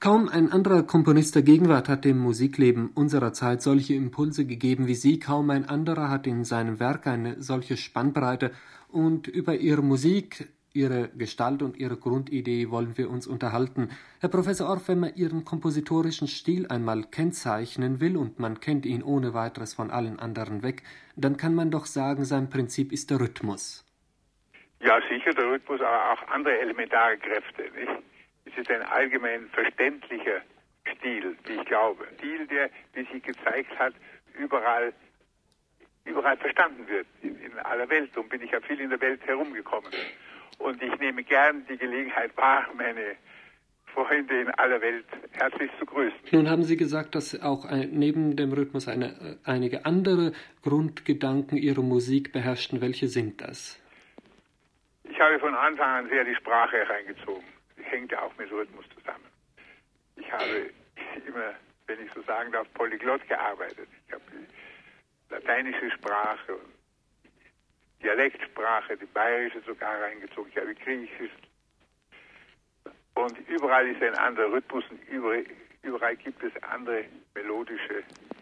Kaum ein anderer Komponist der Gegenwart hat dem Musikleben unserer Zeit solche Impulse gegeben wie Sie. Kaum ein anderer hat in seinem Werk eine solche Spannbreite. Und über Ihre Musik, Ihre Gestalt und Ihre Grundidee wollen wir uns unterhalten. Herr Professor Orff, wenn man Ihren kompositorischen Stil einmal kennzeichnen will, und man kennt ihn ohne weiteres von allen anderen weg, dann kann man doch sagen, sein Prinzip ist der Rhythmus. Ja, sicher der Rhythmus, aber auch andere elementare Kräfte, nicht? Es ist ein allgemein verständlicher Stil, wie ich glaube. Stil, der, wie sich gezeigt hat, überall verstanden wird, in aller Welt. Darum bin ich ja viel in der Welt herumgekommen. Und ich nehme gern die Gelegenheit wahr, meine Freunde in aller Welt herzlich zu grüßen. Nun haben Sie gesagt, dass auch neben dem Rhythmus einige andere Grundgedanken Ihrer Musik beherrschten. Welche sind das? Ich habe von Anfang an sehr die Sprache hereingezogen. Die hängt ja auch mit Rhythmus zusammen. Ich habe immer, wenn ich so sagen darf, polyglott gearbeitet. Ich habe die lateinische Sprache und Dialektsprache, die bayerische sogar reingezogen. Ich habe Griechisch. Und überall ist ein anderer Rhythmus und überall gibt es andere melodischen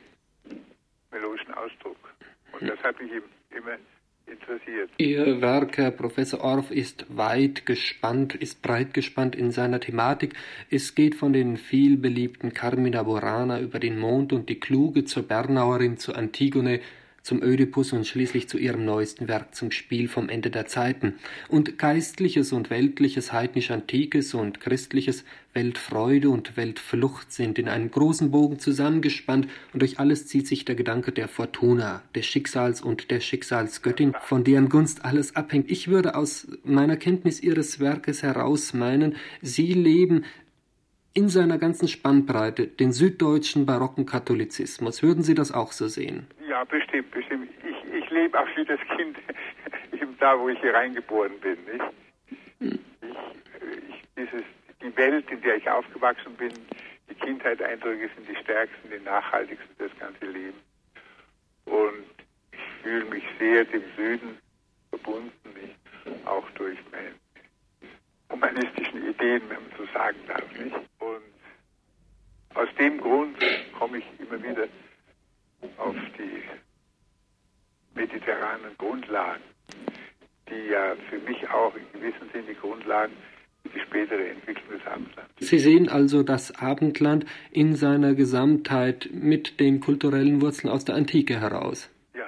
Ausdruck. Und das hat mich immer interessiert. Ihr Werk, Herr Professor Orff, ist breit gespannt in seiner Thematik. Es geht von den vielbeliebten Carmina Burana über den Mond und die Kluge zur Bernauerin, zur Antigone, zum Ödipus und schließlich zu ihrem neuesten Werk, zum Spiel vom Ende der Zeiten. Und Geistliches und Weltliches, Heidnisch-Antikes und Christliches, Weltfreude und Weltflucht sind in einem großen Bogen zusammengespannt und durch alles zieht sich der Gedanke der Fortuna, des Schicksals und der Schicksalsgöttin, von deren Gunst alles abhängt. Ich würde aus meiner Kenntnis Ihres Werkes heraus meinen, Sie leben in seiner ganzen Spannbreite den süddeutschen barocken Katholizismus. Würden Sie das auch so sehen? Ja, bestimmt. Ich lebe auch wie das Kind eben da, wo ich hier reingeboren bin. Nicht? Die Welt, in der ich aufgewachsen bin, die Kindheitseindrücke sind die stärksten, die nachhaltigsten für das ganze Leben. Und ich fühle mich sehr dem Süden verbunden, nicht? Auch durch meine humanistischen Ideen, wenn man so sagen darf. Nicht? Und aus dem Grund komme ich immer wieder auf die mediterranen Grundlagen, die ja für mich auch in gewissem Sinne die Grundlagen für die spätere Entwicklung des Abendlandes. Sie sehen also das Abendland in seiner Gesamtheit mit den kulturellen Wurzeln aus der Antike heraus. Ja,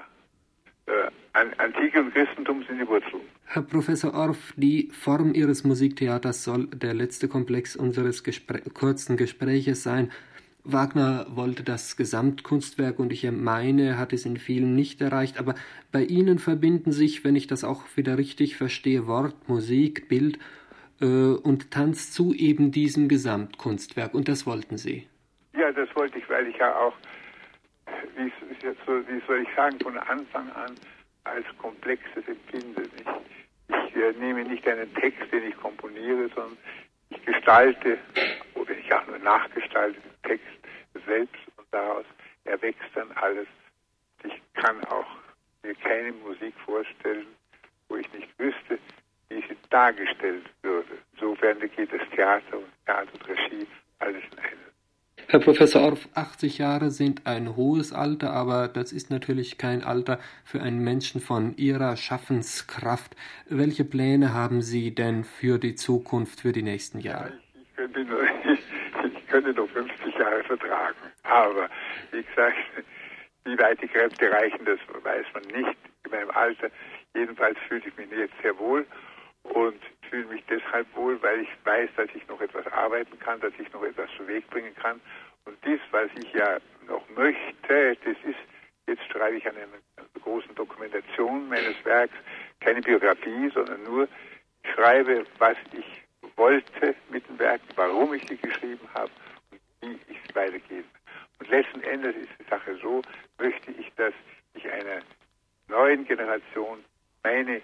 Antike und Christentum sind die Wurzeln. Herr Professor Orff, die Form Ihres Musiktheaters soll der letzte Komplex unseres kurzen Gespräches sein. Wagner wollte das Gesamtkunstwerk und ich meine, er hat es in vielen nicht erreicht, aber bei Ihnen verbinden sich, wenn ich das auch wieder richtig verstehe, Wort, Musik, Bild und Tanz zu eben diesem Gesamtkunstwerk und das wollten Sie. Ja, das wollte ich, weil ich ja auch, wie soll ich sagen, von Anfang an als Komplexes empfinde. Ich nehme nicht einen Text, den ich komponiere, sondern ich gestalte, oder ich auch nur nachgestalte den Text selbst und daraus erwächst dann alles. Ich kann auch mir keine Musik vorstellen, wo ich nicht wüsste, wie sie dargestellt würde. Insofern geht das Theater und Regie alles in einem. Herr Professor Orff, 80 Jahre sind ein hohes Alter, aber das ist natürlich kein Alter für einen Menschen von Ihrer Schaffenskraft. Welche Pläne haben Sie denn für die Zukunft, für die nächsten Jahre? Ja, ich könnte noch 50 Jahre vertragen. Aber, wie gesagt, wie weit die Kräfte reichen, das weiß man nicht in meinem Alter. Jedenfalls fühle ich mich jetzt sehr wohl und fühle mich deshalb wohl, weil ich weiß, dass ich noch etwas arbeiten kann, dass ich noch etwas zu Weg bringen kann. Und das, was ich ja noch möchte, das ist, jetzt schreibe ich an einer großen Dokumentation meines Werks, keine Biografie, sondern nur, ich schreibe, was ich wollte mit den Werken, warum ich sie geschrieben habe und wie ich es weitergebe. Und letzten Endes ist die Sache so, möchte ich, dass ich einer neuen Generation mein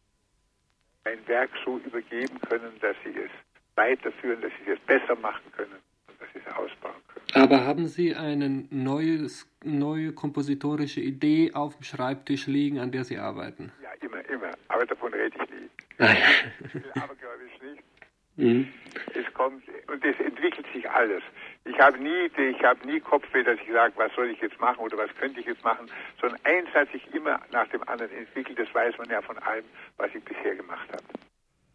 Werk so übergeben können, dass sie es weiterführen, dass sie es besser machen können und dass sie es ausbauen können. Aber haben Sie eine neue kompositorische Idee auf dem Schreibtisch liegen, an der Sie arbeiten? Ja, immer. Aber davon rede ich nie. Ah, ja. Aber glaube ich nicht. Mhm. Es kommt, und es entwickelt sich alles. Ich habe nie Kopfweh, dass ich sage, was soll ich jetzt machen oder was könnte ich jetzt machen, sondern eins hat sich immer nach dem anderen entwickelt. Das weiß man ja von allem, was ich bisher gemacht habe.